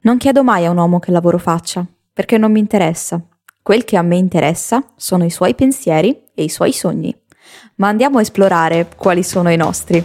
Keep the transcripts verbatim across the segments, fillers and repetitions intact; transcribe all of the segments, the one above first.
Non chiedo mai a un uomo che lavoro faccia, perché non mi interessa. Quel che a me interessa sono i suoi pensieri e i suoi sogni. Ma andiamo a esplorare quali sono i nostri.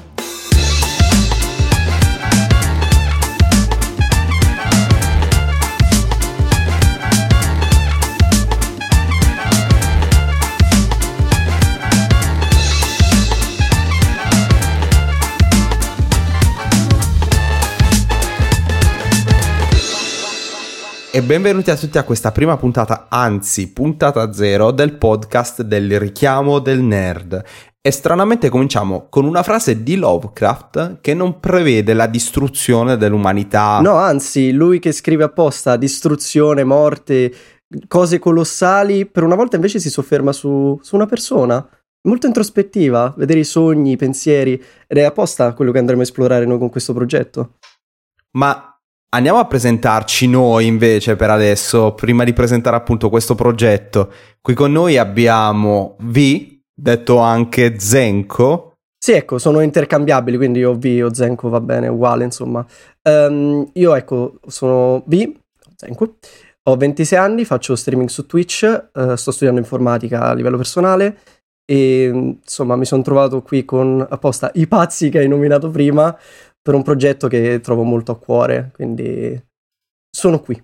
E benvenuti a tutti a questa prima puntata, anzi puntata zero del podcast del richiamo del nerd. E stranamente cominciamo con una frase di Lovecraft che non prevede la distruzione dell'umanità. No, anzi, lui che scrive apposta distruzione, morte, cose colossali, per una volta invece si sofferma su, su una persona. Molto introspettiva, vedere i sogni, i pensieri, ed è apposta quello che andremo a esplorare noi con questo progetto. Ma andiamo a presentarci noi invece per adesso, prima di presentare appunto questo progetto. Qui con noi abbiamo V, detto anche Zenko. Sì, ecco, sono intercambiabili, quindi io V o Zenko va bene, uguale insomma. Um, io ecco, sono V, Zenko, ho ventisei anni, faccio streaming su Twitch, uh, sto studiando informatica a livello personale e insomma mi sono trovato qui con apposta i pazzi che hai nominato prima, per un progetto che trovo molto a cuore, quindi sono qui.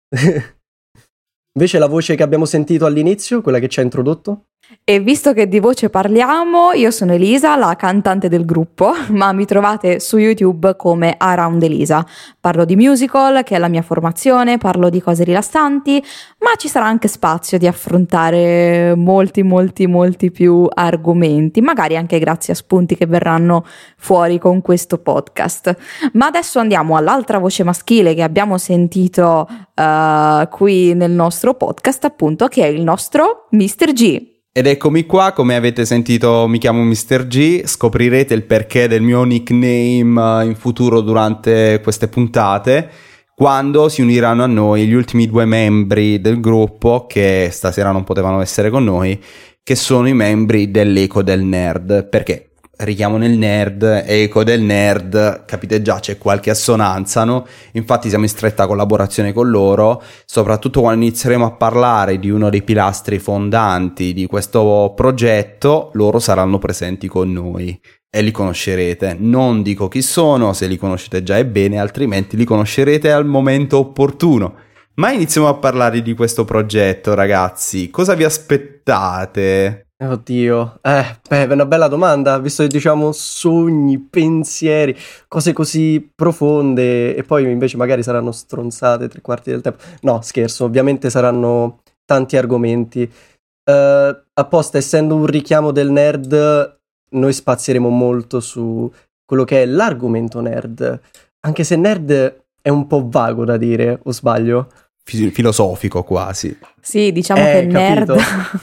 Invece la voce che abbiamo sentito all'inizio, quella che ci ha introdotto? E visto che di voce parliamo, io sono Elisa, la cantante del gruppo, ma mi trovate su YouTube come Around Elisa. Parlo di musical, che è la mia formazione, parlo di cose rilassanti, ma ci sarà anche spazio di affrontare molti, molti, molti più argomenti, magari anche grazie a spunti che verranno fuori con questo podcast. Ma adesso andiamo all'altra voce maschile che abbiamo sentito uh, qui nel nostro podcast, appunto, che è il nostro mister G. Ed eccomi qua, come avete sentito mi chiamo mister G, scoprirete il perché del mio nickname in futuro durante queste puntate, quando si uniranno a noi gli ultimi due membri del gruppo che stasera non potevano essere con noi, che sono i membri dell'Eco del Nerd. Perché? Richiamo nel nerd, eco del nerd, capite già, c'è qualche assonanza, no? Infatti siamo in stretta collaborazione con loro, soprattutto quando inizieremo a parlare di uno dei pilastri fondanti di questo progetto, loro saranno presenti con noi e li conoscerete. Non dico chi sono, se li conoscete già è bene, altrimenti li conoscerete al momento opportuno. Ma iniziamo a parlare di questo progetto, ragazzi. Cosa vi aspettate? Oddio, eh, beh, è una bella domanda, visto che diciamo sogni, pensieri, cose così profonde e poi invece magari saranno stronzate tre quarti del tempo. No, scherzo, ovviamente saranno tanti argomenti. Uh, apposta, essendo un richiamo del nerd, noi spazieremo molto su quello che è l'argomento nerd, anche se nerd è un po' vago da dire, o sbaglio? Filosofico quasi. Sì, diciamo eh, che nerd...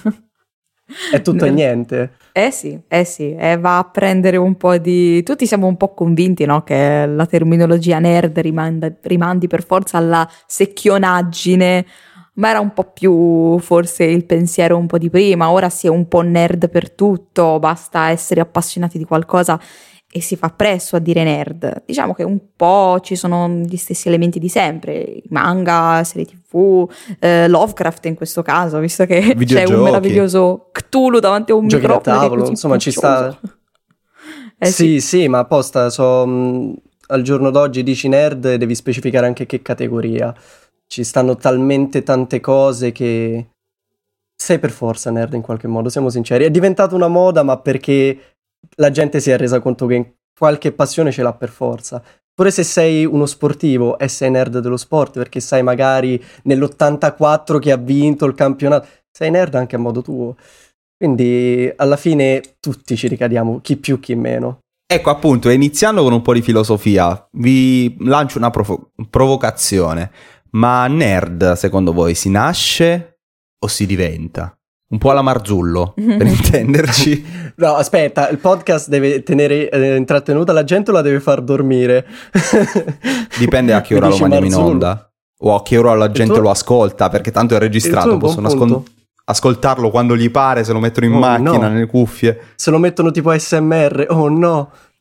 È tutto e niente. Eh sì, eh sì, eh, va a prendere un po' di... Tutti siamo un po' convinti, no? Che la terminologia nerd rimanda, rimandi per forza alla secchionaggine, ma era un po' più forse il pensiero un po' di prima. Ora si è un po' nerd per tutto, basta essere appassionati di qualcosa e si fa presto a dire nerd. Diciamo che un po' ci sono gli stessi elementi di sempre, i manga, serie tv, eh, Lovecraft in questo caso, visto che c'è un meraviglioso Cthulhu davanti a un giochi microfono da tavolo, che è insomma ci sta. eh, sì, sì, sì, ma apposta so, mh, al giorno d'oggi dici nerd e devi specificare anche che categoria. Ci stanno talmente tante cose che sei per forza nerd in qualche modo, siamo sinceri. È diventata una moda, ma perché la gente si è resa conto che qualche passione ce l'ha per forza. Pure se sei uno sportivo e sei nerd dello sport, perché sai magari nell'ottantaquattro che ha vinto il campionato, sei nerd anche a modo tuo. Quindi alla fine tutti ci ricadiamo, chi più chi meno. Ecco appunto, iniziando con un po' di filosofia, vi lancio una provo- provocazione. Ma nerd, secondo voi, si nasce o si diventa? Un po' alla Marzullo, per intenderci. No, aspetta, il podcast deve tenere eh, intrattenuta la gente o la deve far dormire? Dipende a che ora lo mandiamo in onda. O a che ora la gente tuo... lo ascolta, perché tanto è registrato, possono ascol- ascoltarlo quando gli pare, se lo mettono in oh, macchina, no. nelle cuffie. Se lo mettono tipo A S M R, oh no!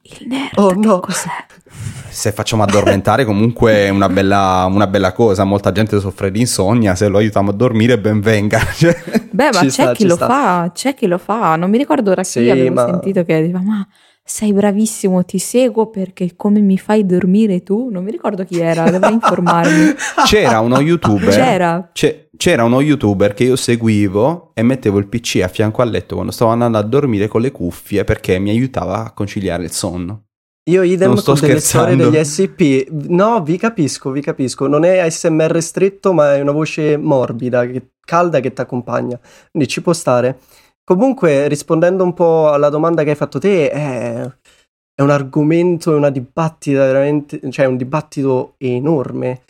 Il nerd, oh no, cos'è? Se facciamo addormentare comunque è una bella, una bella cosa, molta gente soffre di insonnia, se lo aiutiamo a dormire ben venga. Beh, ma Ci c'è sta, chi ci lo sta. fa, c'è chi lo fa, non mi ricordo ora chi Sì, avevo ma- sentito che diceva ma sei bravissimo, ti seguo perché come mi fai dormire tu? Non mi ricordo chi era, dovrei informarmi. C'era uno youtuber C'era. c'è- c'era uno youtuber che io seguivo e mettevo il P C a fianco al letto quando stavo andando a dormire con le cuffie perché mi aiutava a conciliare il sonno. Io idem Non sto con delle storie scherzando. degli S P. No, vi capisco, vi capisco. Non è A S M R stretto, ma è una voce morbida, che- calda che ti accompagna. Quindi ci può stare. Comunque, rispondendo un po' alla domanda che hai fatto te, è, è un argomento, è una dibattita veramente, cioè un dibattito enorme.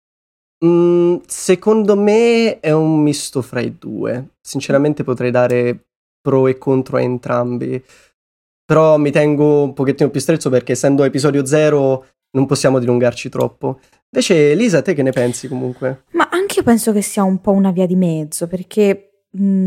Mm, secondo me è un misto fra i due. Sinceramente potrei dare pro e contro a entrambi. Però mi tengo un pochettino più stretto perché essendo episodio zero non possiamo dilungarci troppo. Invece Elisa, te che ne pensi comunque? Ma anche io penso che sia un po' una via di mezzo, perché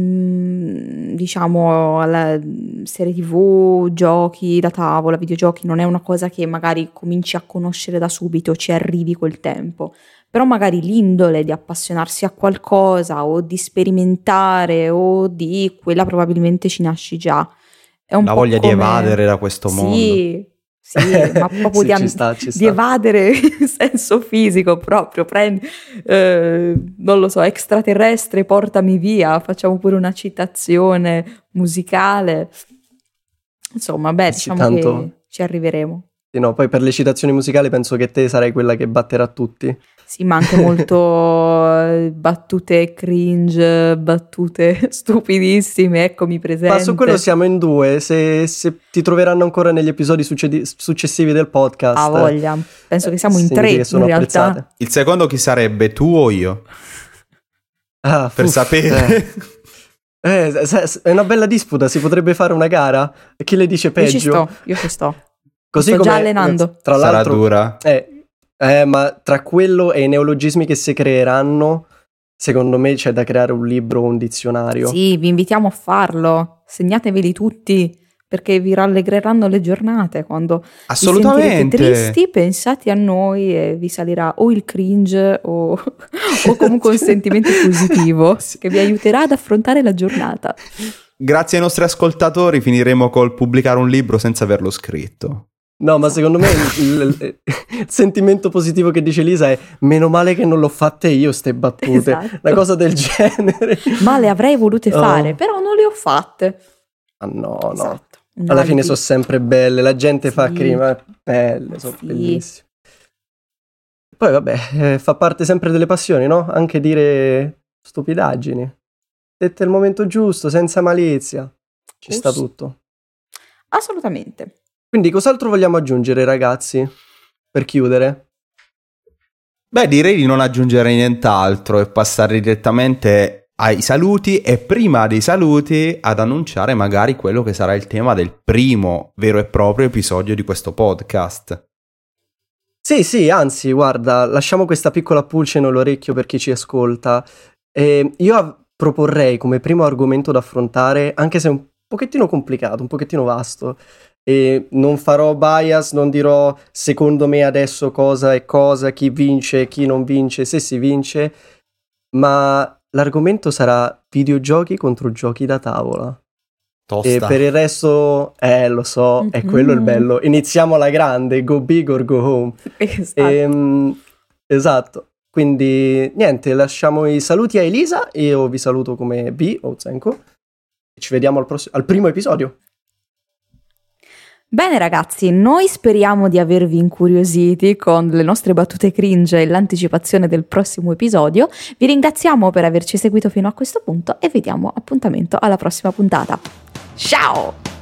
mh, diciamo la serie tivù, giochi da tavola, videogiochi non è una cosa che magari cominci a conoscere da subito, ci arrivi col tempo. Però magari l'indole di appassionarsi a qualcosa o di sperimentare o di quella probabilmente ci nasci già. È un La po' voglia di come- evadere da questo mondo. Sì, sì, ma proprio Sì, di, ci an- sta, ci di sta. evadere in senso fisico proprio, prendi, eh, non lo so, extraterrestre, portami via, facciamo pure una citazione musicale. Insomma, beh, Sì, diciamo tanto- che ci arriveremo. Sì, no, poi per le citazioni musicali penso che te sarai quella che batterà tutti. Sì, ma anche molto eh, battute cringe, battute stupidissime, eccomi presente. Ma su quello siamo in due, se, se ti troveranno ancora negli episodi succedi- successivi del podcast. Ha voglia, penso che siamo in significa tre che sono in realtà. apprezzate. Il secondo chi sarebbe, tu o io? Ah, Per uff, sapere. Eh, eh, se- se- è una bella disputa, si potrebbe fare una gara? E chi le dice Io peggio? ci sto, io ci sto. Così sto già come- allenando. Tra Sarà l'altro, dura. eh, eh, ma tra quello e i neologismi che si creeranno, secondo me c'è da creare un libro o un dizionario. Sì, vi invitiamo a farlo, segnateveli tutti, perché vi rallegreranno le giornate. Quando vi Assolutamente. sentirete tristi, pensate a noi e vi salirà o il cringe o, o comunque un sentimento positivo che vi aiuterà ad affrontare la giornata. Grazie ai nostri ascoltatori finiremo col pubblicare un libro senza averlo scritto. No, ma secondo me il, il- il sentimento positivo che dice Lisa è meno male che non l'ho fatte io ste battute, Esatto. una cosa del genere. Ma le avrei volute Oh. fare, però non le ho fatte. Ah no, no. Esatto. Un Alla fine alibi. sono sempre belle, la gente fa Sì. crima, belle, sono Sì. bellissime. Poi vabbè, eh, fa parte sempre delle passioni, no? Anche dire stupidaggini. Dette al momento giusto, senza malizia. Ci sta Giusto. tutto. Assolutamente. Quindi cos'altro vogliamo aggiungere, ragazzi? Per chiudere? Beh, direi di non aggiungere nient'altro e passare direttamente ai saluti e prima dei saluti ad annunciare magari quello che sarà il tema del primo vero e proprio episodio di questo podcast. Sì, sì, anzi, guarda, lasciamo questa piccola pulce nell'orecchio per chi ci ascolta. Eh, io av- proporrei come primo argomento da affrontare, anche se è un pochettino complicato, un pochettino vasto, e non farò bias, non dirò secondo me adesso cosa è cosa, chi vince, chi non vince, se si vince, ma l'argomento sarà videogiochi contro giochi da tavola. Tosta. E per il resto, eh, lo so, è Mhm. quello il bello. Iniziamo alla grande, go big or go home. Esatto. Ehm, esatto. Quindi niente, lasciamo i saluti a Elisa. Io vi saluto come B o Zenko. Ci vediamo al, pross- al primo episodio. Bene ragazzi, noi speriamo di avervi incuriositi con le nostre battute cringe e l'anticipazione del prossimo episodio. Vi ringraziamo per averci seguito fino a questo punto e vi diamo appuntamento alla prossima puntata. Ciao!